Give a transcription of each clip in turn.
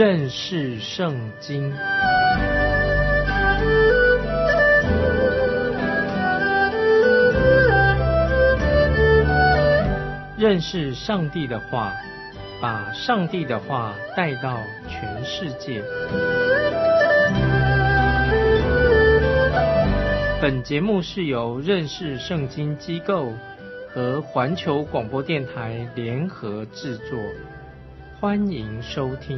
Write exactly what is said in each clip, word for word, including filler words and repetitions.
认识圣经。认识上帝的话，把上帝的话带到全世界。本节目是由认识圣经机构和环球广播电台联合制作，欢迎收听。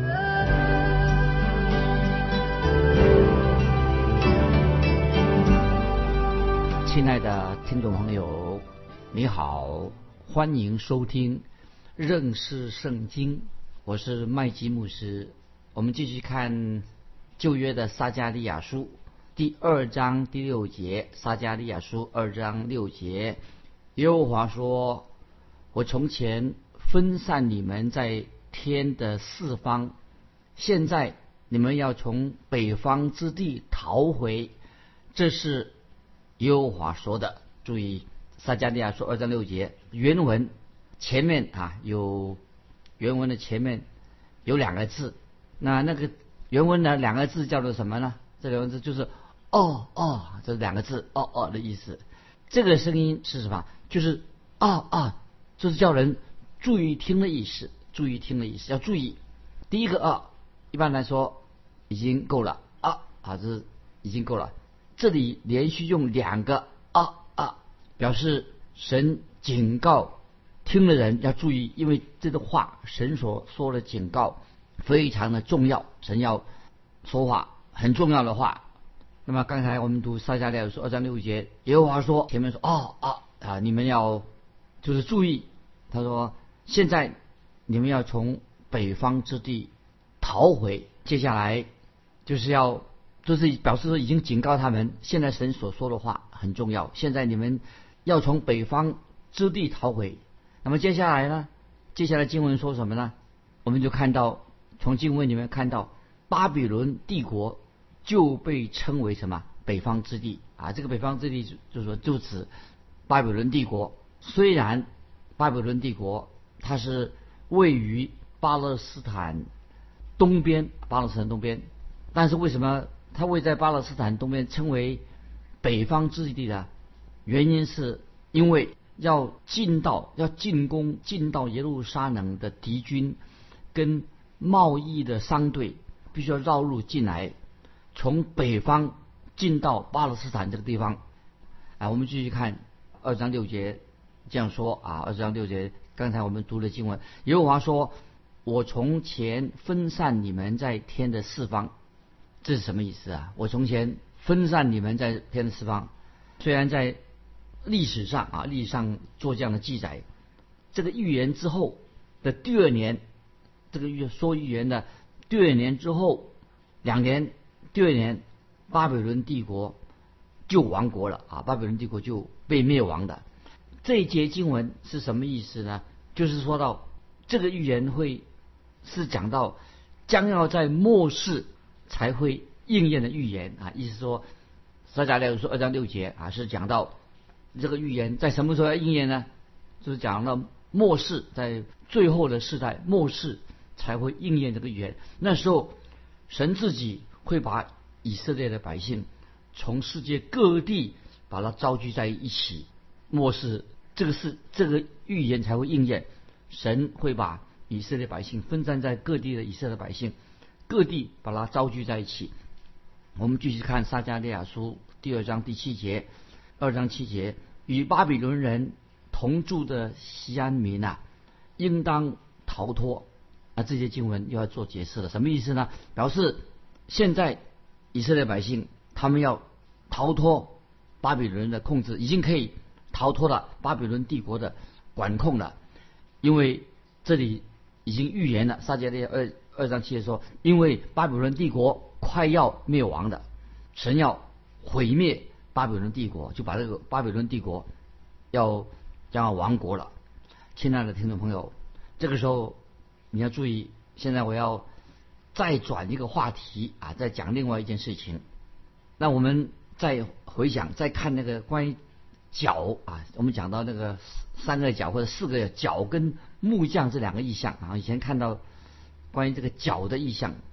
亲爱的听众朋友，你好，欢迎收听认识圣经，我是麦基牧师。我们继续看旧约的撒迦利亚书第二章第六节。撒迦利亚书二章六节，耶和华说，我从前分散你们在天的四方，现在你们要从北方之地逃回，这是耶和华说的。注意撒迦利亚书二章六节原文前面啊有原文的前面有两个字，那那个原文的两个字叫做什么呢？这两个字就是哦哦，这两个字哦哦的意思。这个声音是什么？就是啊啊，就是叫人注意听的意思，注意听的意思，要注意。第一个啊，一般来说已经够了啊啊，这是已经够了。这里连续用两个啊啊，表示神警告听的人要注意，因为这个话神所说的警告非常的重要，神要说话很重要的话。那么刚才我们读撒迦利亚书二章六节，耶和华说，前面说哦啊啊，你们要就是注意，他说现在你们要从北方之地逃回，接下来就是要就是表示说已经警告他们，现在神所说的话很重要，现在你们要从北方之地逃回。那么接下来呢，接下来经文说什么呢？我们就看到从经文里面看到巴比伦帝国就被称为什么？北方之地啊！这个北方之地就是说就指巴比伦帝国。虽然巴比伦帝国它是位于巴勒斯坦东边，巴勒斯坦东边，但是为什么它位在巴勒斯坦东边称为北方之地呢？原因是因为要进到要进攻进到耶路撒冷的敌军跟贸易的商队必须要绕路进来，从北方进到巴勒斯坦这个地方啊。我们继续看二章六节这样说啊，二章六节刚才我们读的经文，耶和华说，我从前分散你们在天的四方。这是什么意思啊？我从前分散你们在天的四方，虽然在历史上啊历史上做这样的记载，这个预言之后的第二年，这个预说预言的第二年之后两年，第二年巴比伦帝国就亡国了啊，巴比伦帝国就被灭亡的。这一节经文是什么意思呢？就是说到这个预言会是讲到将要在末世才会应验的预言啊，意思说撒迦利亚书二章六节啊是讲到这个预言在什么时候要应验呢？就是讲到末世，在最后的世代末世才会应验这个预言。那时候神自己会把以色列的百姓从世界各地把它召集在一起，末世这个是这个预言才会应验。神会把以色列百姓分散在各地的以色列百姓各地把它召集在一起。我们继续看撒迦利亚书第二章第七节，二章七节，与巴比伦人同住的西安民啊，应当逃脱啊。这些经文又要做解释了，什么意思呢？表示现在以色列百姓他们要逃脱巴比伦人的控制，已经可以逃脱了巴比伦帝国的管控了。因为这里已经预言了，撒迦利亚二二章七节说，因为巴比伦帝国快要灭亡的，神要毁灭巴比伦帝国，就把这个巴比伦帝国要将要亡国了。亲爱的听众朋友，这个时候你要注意，现在我要再转一个话题啊，再讲另外一件事情。那我们再回想，再看那个关于角啊，我们讲到那个三个角或者四个角跟木匠这两个意象啊，以前看到关于这个角的意象，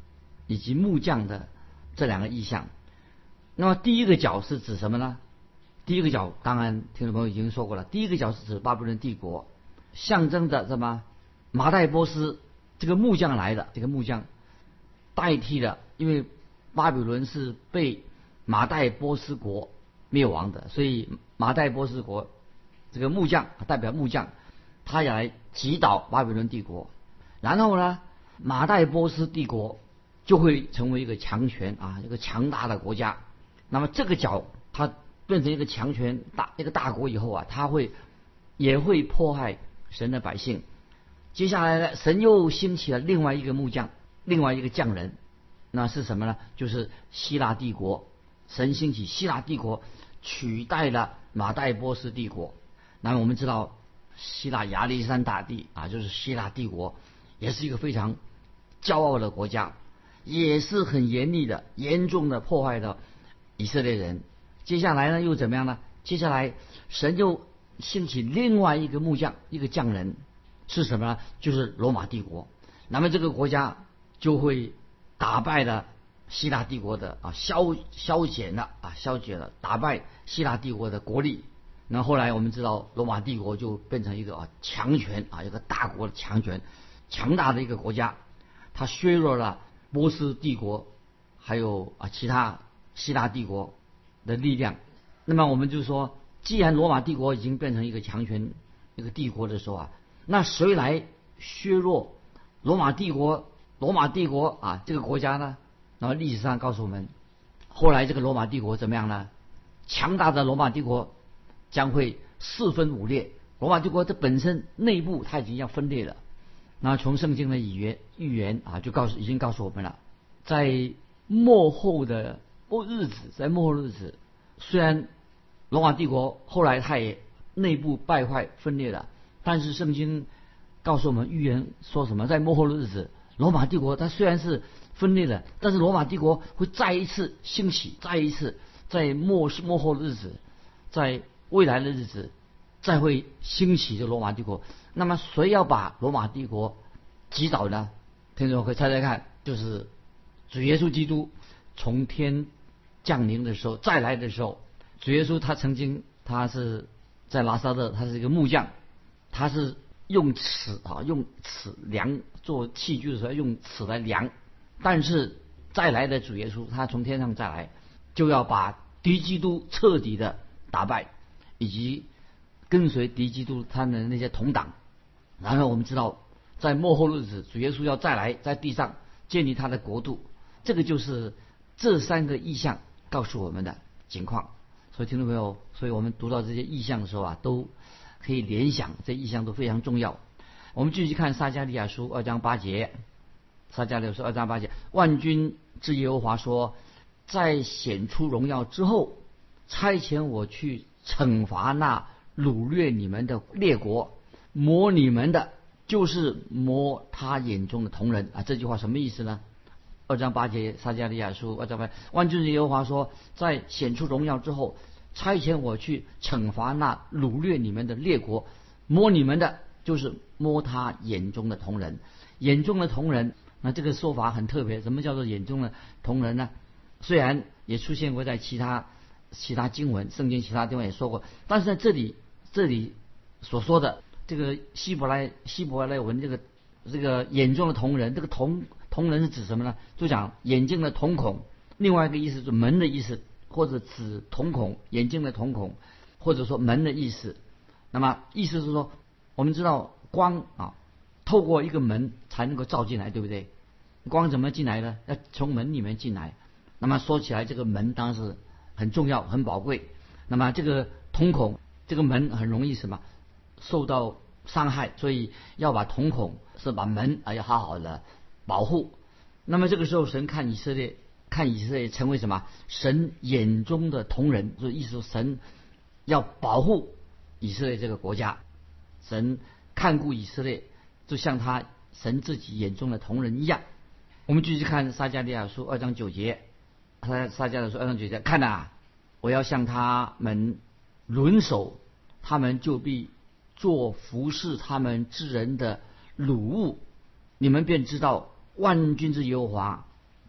以及木匠的这两个意象。那么第一个角是指什么呢？第一个角当然听众朋友已经说过了，第一个角是指巴比伦帝国，象征着什么？马代波斯这个木匠来的，这个木匠代替了，因为巴比伦是被马代波斯国灭亡的，所以马代波斯国这个木匠代表木匠，他也来击倒巴比伦帝国，然后呢，马代波斯帝国就会成为一个强权啊，一个强大的国家。那么这个角它变成一个强权大一个大国以后啊，他会也会迫害神的百姓。接下来呢，神又兴起了另外一个木匠，另外一个匠人，那是什么呢？就是希腊帝国。神兴起希腊帝国，取代了马代波斯帝国。那么我们知道，希腊亚历山大帝啊，就是希腊帝国，也是一个非常骄傲的国家，也是很严厉的、严重的破坏了以色列人。接下来呢，又怎么样呢？接下来神又兴起另外一个木匠，一个匠人，是什么呢？就是罗马帝国。那么这个国家就会打败了希腊帝国的啊，消消减了啊，消减了，打败希腊帝国的国力。那后来我们知道，罗马帝国就变成一个啊强权啊，一个大国的强权，强大的一个国家。它削弱了波斯帝国，还有啊其他希腊帝国的力量。那么我们就说，既然罗马帝国已经变成一个强权、一个帝国的时候啊，那谁来削弱罗马帝国？罗马帝国啊这个国家呢？然后历史上告诉我们，后来这个罗马帝国怎么样呢？强大的罗马帝国将会四分五裂。罗马帝国它本身内部它已经要分裂了。那从圣经的语言预言啊，就告诉已经告诉我们了，在末后的日子，在末后的日子，虽然罗马帝国后来它也内部败坏分裂了，但是圣经告诉我们预言说什么？在末后的日子，罗马帝国它虽然是分裂了，但是罗马帝国会再一次兴起，再一次在末末后的日子，在未来的日子再会兴起这个罗马帝国。那么谁要把罗马帝国击倒呢？听众可以猜猜看，就是主耶稣基督从天降临的时候，再来的时候，主耶稣他曾经他是在拿撒勒，他是一个木匠，他是用尺啊，用尺量做器具的时候用尺来量。但是再来的主耶稣，他从天上再来，就要把敌基督彻底的打败，以及跟随敌基督他的那些同党。然后我们知道，在末后日子，主耶稣要再来，在地上建立他的国度。这个就是这三个意象告诉我们的情况。所以听众朋友，所以我们读到这些意象的时候啊，都可以联想，这意象都非常重要。我们继续看撒迦利亚书二章八节。撒迦利亚书二章八节，万军之耶和华说，在显出荣耀之后，差遣我去惩罚那掳掠你们的列国，磨你们的就是磨他眼中的瞳人啊。这句话什么意思呢？二章八节，撒迦利亚书二章八节，万军之耶和华说，在显出荣耀之后，差遣我去惩罚那掳掠你们的列国，摸你们的就是摸他眼中的瞳人。眼中的瞳人，那这个说法很特别。什么叫做眼中的瞳人呢？虽然也出现过在其他其他经文，圣经其他地方也说过，但是在这里这里所说的这个希伯来希伯来文这个这个眼中的瞳人，这个瞳瞳人是指什么呢？就讲眼睛的瞳孔。另外一个意思是门的意思，或者指瞳孔，眼睛的瞳孔，或者说门的意思。那么意思是说，我们知道光啊，透过一个门才能够照进来，对不对？光怎么进来呢？要从门里面进来。那么说起来，这个门当然是很重要、很宝贵。那么这个瞳孔，这个门很容易什么受到伤害，所以要把瞳孔是把门啊要好好的保护。那么这个时候，神看以色列，看以色列成为什么？神眼中的瞳人，所以意思说神要保护以色列这个国家，神看顾以色列，就像他神自己眼中的瞳人一样。我们继续看撒迦利亚书二章九节，撒撒迦利亚书二章九节，看啊，我要向他们抡手，他们就必做服侍他们之人的掳物，你们便知道万军之耶和华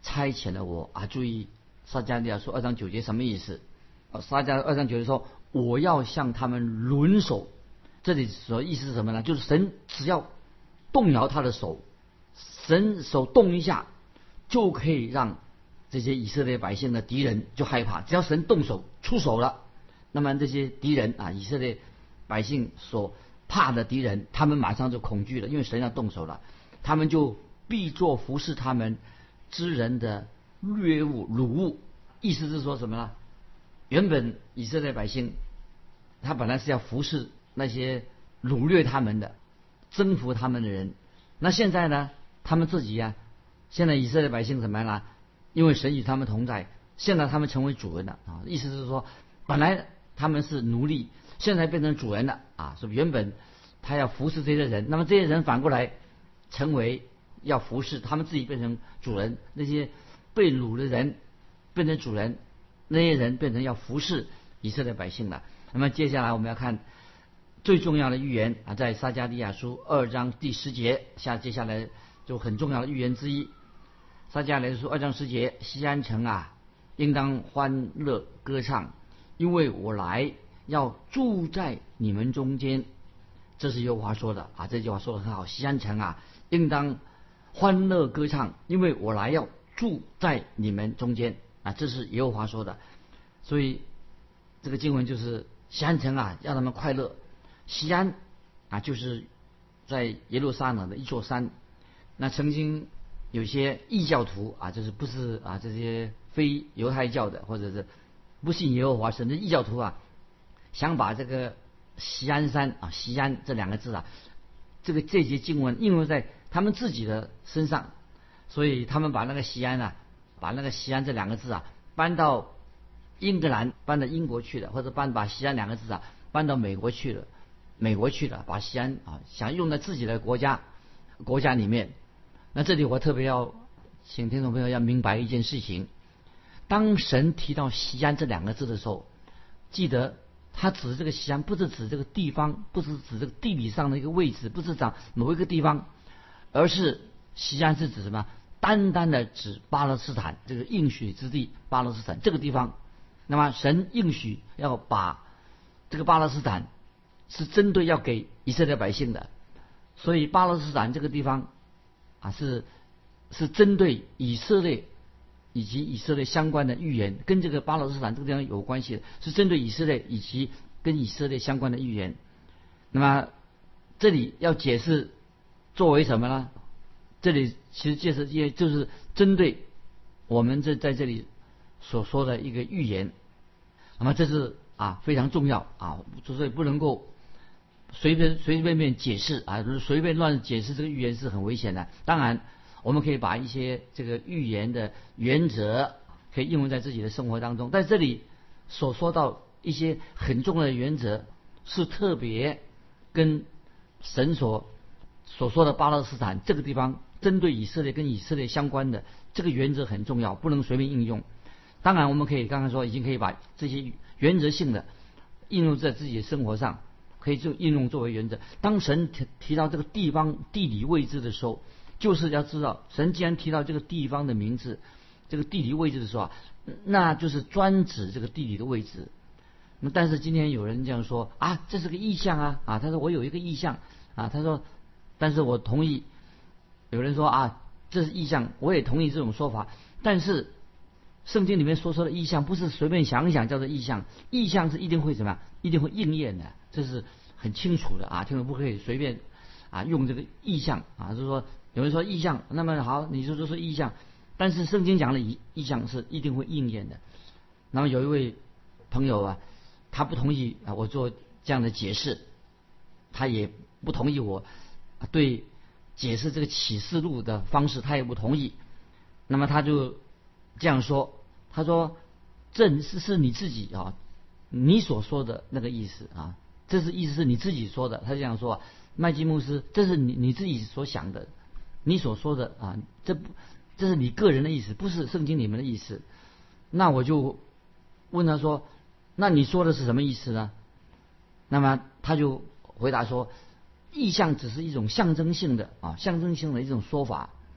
差遣了我啊。注意撒迦利亚书二章九节什么意思？撒迦二章九节说我要向他们抡手，这里所意思是什么呢？就是神只要动摇他的手，神手动一下，就可以让这些以色列百姓的敌人就害怕。只要神动手出手了，那么这些敌人啊，以色列百姓所怕的敌人，他们马上就恐惧了，因为神要动手了，他们就必作服侍他们之人的掠物掳物。意思是说什么呢？原本以色列百姓他本来是要服侍那些掳掠他们的、征服他们的人，那现在呢，他们自己呀、啊，现在以色列百姓怎么样呢？因为神与他们同在，现在他们成为主人了啊！意思是说，本来他们是奴隶，现在变成主人了啊！是原本他要服侍这些人，那么这些人反过来成为要服侍他们自己，变成主人。那些被掳的人变成主人，那些人变成要服侍以色列百姓了。那么接下来我们要看最重要的预言啊，在撒迦利亚书二章第十节下，接下来就很重要的预言之一。撒迦利亚书二章十节，西安城啊，应当欢乐歌唱，因为我来要住在你们中间。这是耶和华说的啊，这句话说得很好。西安城啊，应当欢乐歌唱，因为我来要住在你们中间啊，这是耶和华说的。所以这个经文就是西安城啊，让他们快乐。西安啊，就是在耶路撒冷的一座山。那曾经有些异教徒啊，就是不是啊这些非犹太教的，或者是不信耶和华神的异教徒啊，想把这个锡安山啊，锡安这两个字啊，这个这节经文应用在他们自己的身上，所以他们把那个锡安啊，把那个锡安这两个字啊搬到英格兰，搬到英国去了，或者搬把锡安两个字啊搬到美国去了，美国去了，把锡安啊想用在自己的国家国家里面。那这里我特别要请听众朋友要明白一件事情，当神提到锡安这两个字的时候，记得他指这个锡安不是指这个地方，不是指这个地理上的一个位置，不是指某一个地方，而是锡安是指什么？单单的指巴勒斯坦这个应许之地，巴勒斯坦这个地方。那么神应许要把这个巴勒斯坦是针对要给以色列百姓的，所以巴勒斯坦这个地方啊，是是针对以色列以及以色列相关的预言，跟这个巴勒斯坦这个地方有关系的，是针对以色列以及跟以色列相关的预言。那么这里要解释作为什么呢？这里其实解释也就是针对我们这在这里所说的一个预言。那么这是啊非常重要啊，所以不能够随便随随便便解释啊，随便乱解释这个预言是很危险的。当然，我们可以把一些这个预言的原则可以应用在自己的生活当中。在这里所说到一些很重要的原则，是特别跟神所所说的巴勒斯坦这个地方针对以色列跟以色列相关的这个原则很重要，不能随便应用。当然，我们可以刚刚说已经可以把这些原则性的应用在自己的生活上。可以就应用作为原则。当神提提到这个地方地理位置的时候，就是要知道，神既然提到这个地方的名字，这个地理位置的时候啊，那就是专指这个地理的位置。那但是今天有人这样说啊，这是个意象啊啊，他说我有一个意象啊，他说，但是我同意。有人说啊，这是意象，我也同意这种说法。但是圣经里面所说的意象，不是随便想一想叫做意象，意象是一定会怎么样，一定会应验的。这是很清楚的啊，听众不可以随便啊用这个意象啊，就是说有人说意象，那么好，你就说是意象，但是圣经讲的意意象是一定会应验的。那么有一位朋友啊，他不同意啊我做这样的解释，他也不同意我对解释这个启示录的方式，他也不同意。那么他就这样说，他说这是是你自己啊，你所说的那个意思啊。这是意思是你自己说的，他这样说，麦基牧师，这是你你自己所想的，你所说的啊，这不这是你个人的意思，不是圣经里面的意思。那我就问他说，那你说的是什么意思呢？那么他就回答说，意象只是一种象征性的啊，象征性的一种说法。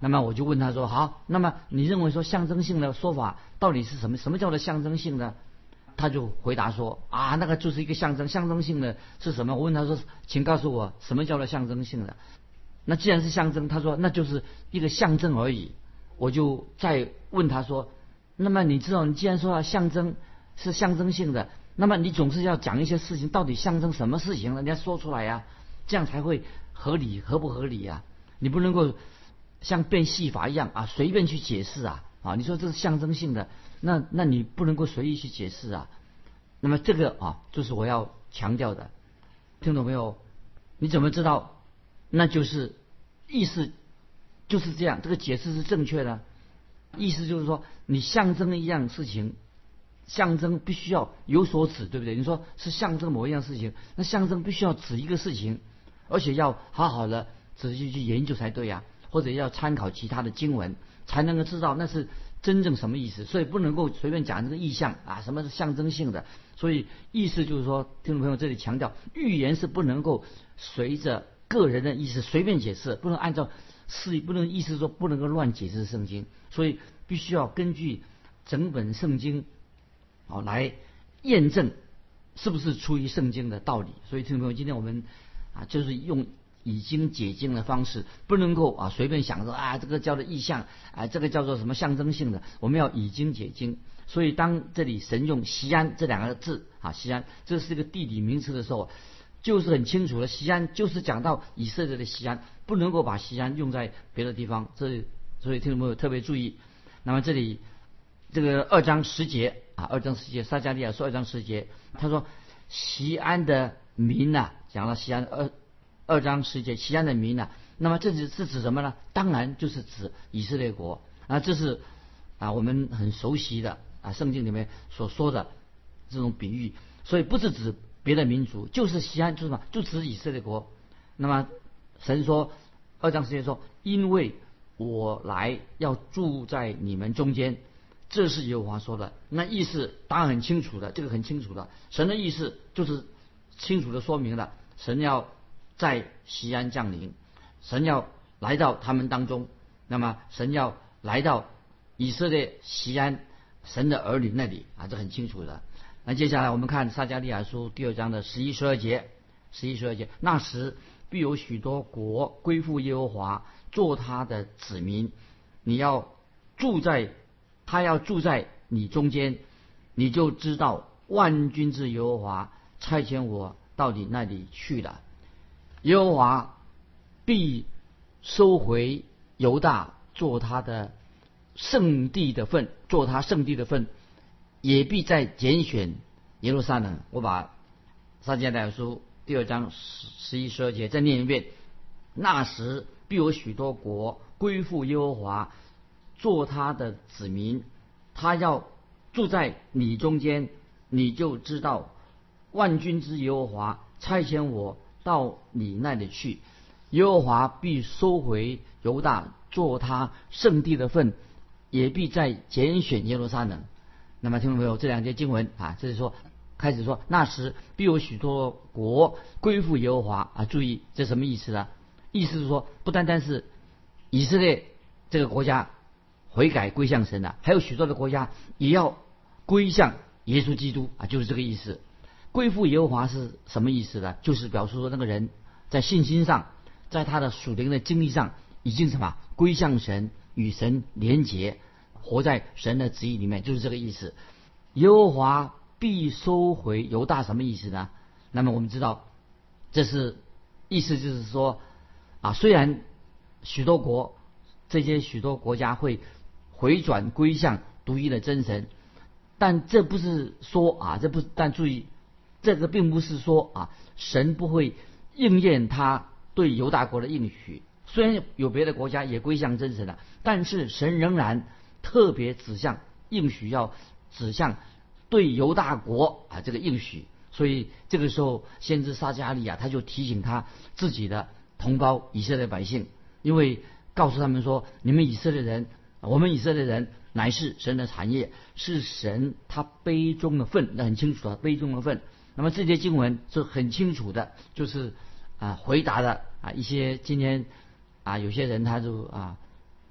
那么我就问他说：好，那么你认为说象征性的说法到底是什么？什么叫做象征性呢？他就回答说：啊，那个就是一个象征，象征性的是什么？我问他说：请告诉我什么叫做象征性的？那既然是象征，他说那就是一个象征而已。我就再问他说：那么你知道，你既然说象征是象征性的，那么你总是要讲一些事情，到底象征什么事情呢？你要说出来呀、啊，这样才会合理，合不合理呀、啊？你不能够像变戏法一样啊，随便去解释啊啊！你说这是象征性的，那那你不能够随意去解释啊。那么这个啊，就是我要强调的，听懂没有？你怎么知道？那就是意思就是这样，这个解释是正确的。意思就是说，你象征一样事情，象征必须要有所指，对不对？你说是象征某一样事情，那象征必须要指一个事情，而且要好好的仔细去研究才对呀、啊，或者要参考其他的经文，才能够知道那是真正什么意思。所以不能够随便讲这个意象啊，什么是象征性的。所以意思就是说，听众朋友这里强调，预言是不能够随着个人的意思随便解释，不能按照是不能意思说不能够乱解释圣经，所以必须要根据整本圣经好、哦、来验证是不是出于圣经的道理。所以听众朋友，今天我们啊就是用以经解经的方式，不能够啊随便想说啊这个叫做意象啊，这个叫做什么象征性的，我们要以经解经。所以当这里神用锡安这两个字啊，锡安这是一个地理名词的时候，就是很清楚的，锡安就是讲到以色列的锡安，不能够把锡安用在别的地方。这所以听众朋友特别注意。那么这里这个二章十节啊，二章十节，撒迦利亚说二章十节，他说锡安的民啊，讲到锡安二二章十节，锡安的民啊，那么这是是指什么呢？当然就是指以色列国啊，这是啊我们很熟悉的啊圣经里面所说的这种比喻，所以不是指别的民族，就是锡安，就是什么？就指以色列国。那么神说二章十节说，因为我来要住在你们中间，这是耶和华说的。那意思当然很清楚的，这个很清楚的，神的意思就是清楚的说明了，神要在锡安降临，神要来到他们当中，那么神要来到以色列锡安神的儿女那里啊，这很清楚的。那接下来我们看撒迦利亚书第二章的十一十二节，十一十二节，那时必有许多国归附耶和华，做他的子民。你要住在，他要住在你中间，你就知道万军之耶和华差遣我到你那里去了。耶和华必收回犹大，做他的圣地的份，做他圣地的份，也必再拣选耶路撒冷。我把撒迦利亚书第二章十一十二节再念一遍。那时必有许多国归附耶和华，做他的子民。他要住在你中间，你就知道万军之耶和华差遣我到你那里去。耶和华必收回犹大，做他圣地的份，也必再拣选耶路撒冷。那么听众朋友，这两节经文啊，这是说开始说那时必有许多国归附耶和华啊，注意这什么意思呢？意思是说不单单是以色列这个国家悔改归向神啊，还有许多的国家也要归向耶稣基督啊，就是这个意思。归附耶和华是什么意思呢？就是表示说那个人在信心上，在他的属灵的经历上已经什么归向神，与神连结，活在神的旨意里面，就是这个意思。耶和华必收回犹大，什么意思呢？那么我们知道这是意思就是说啊，虽然许多国这些许多国家会回转归向独一的真神，但这不是说啊，这不但注意，这个并不是说啊，神不会应验他对犹大国的应许。虽然有别的国家也归向真神了，但是神仍然特别指向应许，要指向对犹大国啊这个应许。所以这个时候先知撒迦利亚他就提醒他自己的同胞以色列百姓，因为告诉他们说，你们以色列人，我们以色列人乃是神的产业，是神他杯中的份，那很清楚的杯中的份。那么这些经文是很清楚的，就是啊回答了啊一些今天啊有些人他就啊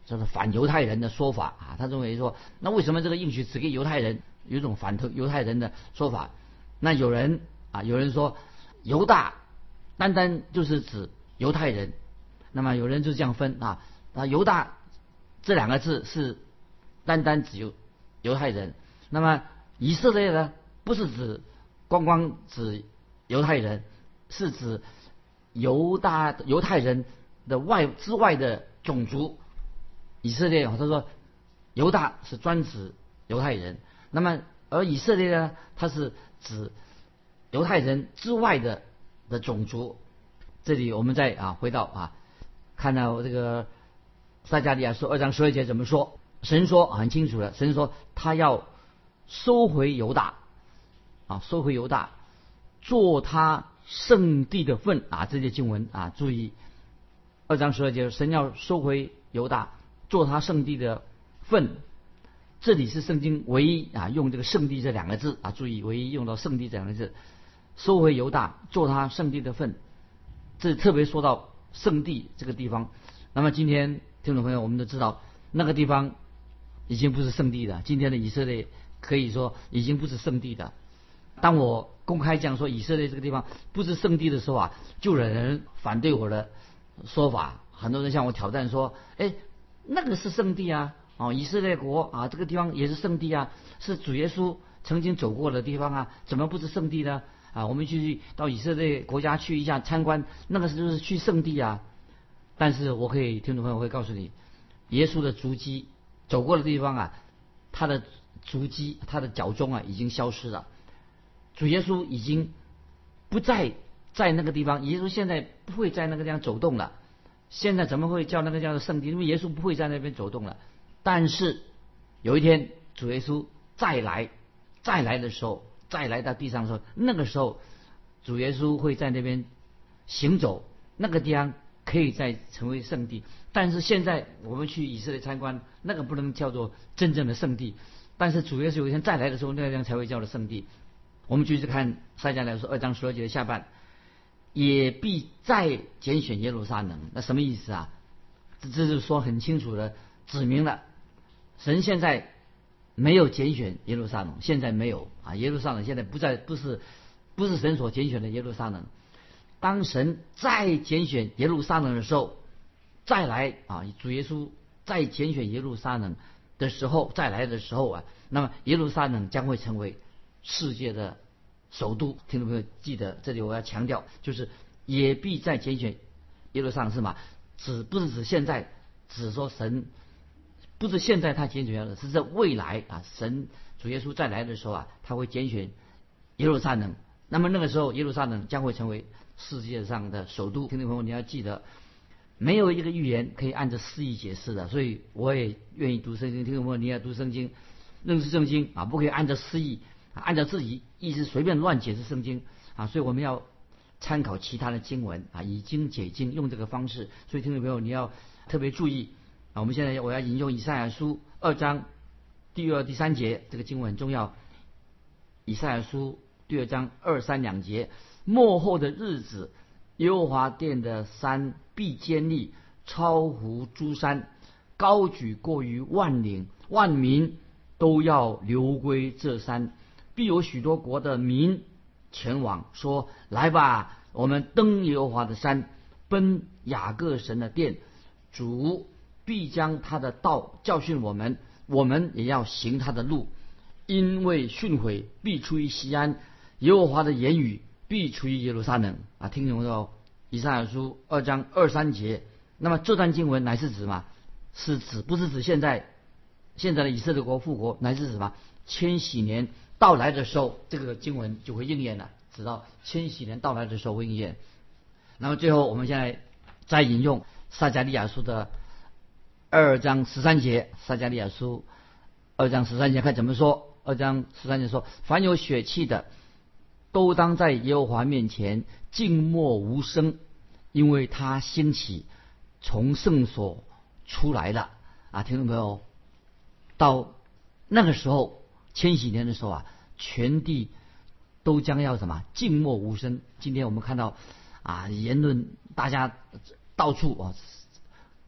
就是反犹太人的说法啊。他认为说，那为什么这个应许只给犹太人？有一种反犹太人的说法。那有人啊，有人说犹大单单就是指犹太人，那么有人就这样分啊，啊犹大这两个字是单单指犹犹太人，那么以色列呢，不是指光光指犹太人，是指犹大犹太人的外之外的种族。以色列他说犹大是专指犹太人，那么而以色列呢，它是指犹太人之外的的种族。这里我们再啊回到啊，看到这个撒迦利亚书二章十二节怎么说？神说很清楚了，神说他要收回犹大啊，收回犹大，做他圣地的份啊。这些经文啊，注意二章十二节，神要收回犹大，做他圣地的份。这里是圣经唯一啊用这个圣地这两个字啊，注意唯一用到圣地这两个字，收回犹大，做他圣地的份。这特别说到圣地这个地方。那么今天听众朋友，我们都知道那个地方已经不是圣地了。今天的以色列可以说已经不是圣地的。当我公开讲说以色列这个地方不是圣地的时候啊，就有人反对我的说法。很多人向我挑战说，哎，那个是圣地啊，哦，以色列国啊，这个地方也是圣地啊，是主耶稣曾经走过的地方啊，怎么不是圣地呢？啊，我们去到以色列国家去一下参观，那个就是去圣地啊。但是我可以，听众朋友会告诉你，耶稣的足迹走过的地方啊，他的足迹，他的脚踪啊，已经消失了。主耶稣已经不再在那个地方，耶稣现在不会在那个地方走动了。现在怎么会叫那个叫做圣地？因为耶稣不会在那边走动了。但是有一天，主耶稣再来，再来的时候，再来到地上的时候，那个时候主耶稣会在那边行走，那个地方可以再成为圣地。但是现在我们去以色列参观，那个不能叫做真正的圣地。但是主耶稣有一天再来的时候，那个地方才会叫做圣地。我们继续看撒迦利亚书二章十二节的下半，也必再拣选耶路撒冷。那什么意思啊？这这就是说很清楚的指明了，神现在没有拣选耶路撒冷，现在没有啊，耶路撒冷现在不在，不是不是神所拣选的耶路撒冷。当神再拣选耶路撒冷的时候，再来啊，主耶稣再拣选耶路撒冷的时候，再来的时候啊，那么耶路撒冷将会成为世界的首都。听众朋友记得，这里我要强调，就是也必再拣选耶路撒冷是吗？指不是指现在，只说神不是现在他拣选了，是在未来啊，神主耶稣再来的时候啊，他会拣选耶路撒冷。那么那个时候耶路撒冷将会成为世界上的首都。听众朋友你要记得，没有一个预言可以按照诗意解释的，所以我也愿意读圣经。听众朋友你要读圣经，认识圣经啊，不可以按照诗意，按照自己意思随便乱解释圣经啊。所以我们要参考其他的经文啊，以经解经，用这个方式。所以听众朋友你要特别注意啊。我们现在我要引用以赛亚书二章第二、第三节，这个经文很重要。以赛亚书第二章二三两节，末后的日子，耶和华殿的山必坚立，超乎诸山，高举过于万岭，万民都要流归这山。必有许多国的民前往，说：来吧，我们登耶和华的山，奔雅各神的殿。主必将他的道教训我们，我们也要行他的路。因为训诲必出于西安，耶和华的言语必出于耶路撒冷啊。听懂到以赛亚书二章二三节。那么这段经文乃是指嘛？是指不是指现在现在的以色列国复国，乃是指什么？千禧年到来的时候，这个经文就会应验了。直到千禧年到来的时候会应验。那么最后我们现在再引用撒迦利亚书的二章十三节。撒迦利亚书二章十三节看怎么说？二章十三节说：凡有血气的，都当在耶和华面前静默无声，因为他兴起，从圣所出来了啊。听众朋友，到那个时候千禧年的时候啊，全地都将要什么？静默无声。今天我们看到啊，言论大家到处啊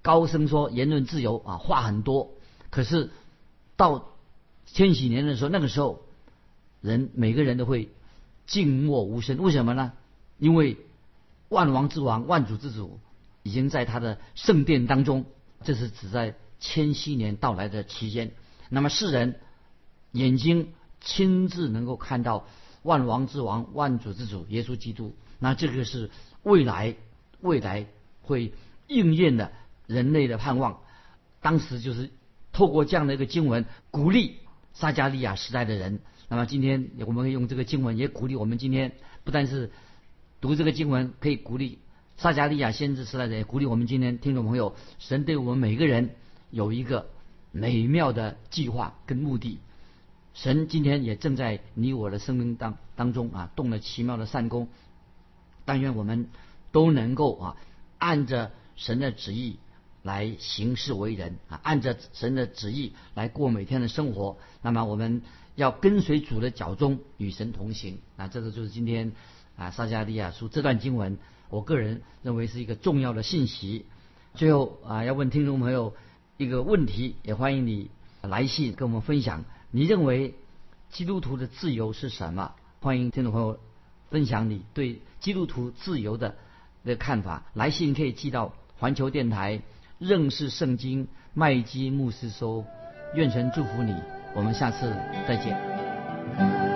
高声说言论自由啊，话很多。可是到千禧年的时候，那个时候人每个人都会静默无声。为什么呢？因为万王之王、万主之主已经在他的圣殿当中，这是指在千禧年到来的期间。那么世人眼睛亲自能够看到万王之王、万主之主耶稣基督，那这个是未来未来会应验的人类的盼望。当时就是透过这样的一个经文鼓励撒迦利亚时代的人。那么今天我们可以用这个经文也鼓励我们，今天不但是读这个经文可以鼓励撒迦利亚先知时代的人，也鼓励我们今天听众朋友，神对我们每个人有一个美妙的计划跟目的。神今天也正在你我的生命当当中啊动了奇妙的善功。但愿我们都能够啊按着神的旨意来行事为人啊，按着神的旨意来过每天的生活。那么我们要跟随主的脚踪，与神同行。那这个就是今天啊撒迦利亚书这段经文，我个人认为是一个重要的信息。最后啊要问听众朋友一个问题，也欢迎你来信跟我们分享，你认为基督徒的自由是什么？欢迎听众朋友分享你对基督徒自由的的看法。来信可以寄到环球电台认识圣经麦基牧师收。愿神祝福你，我们下次再见。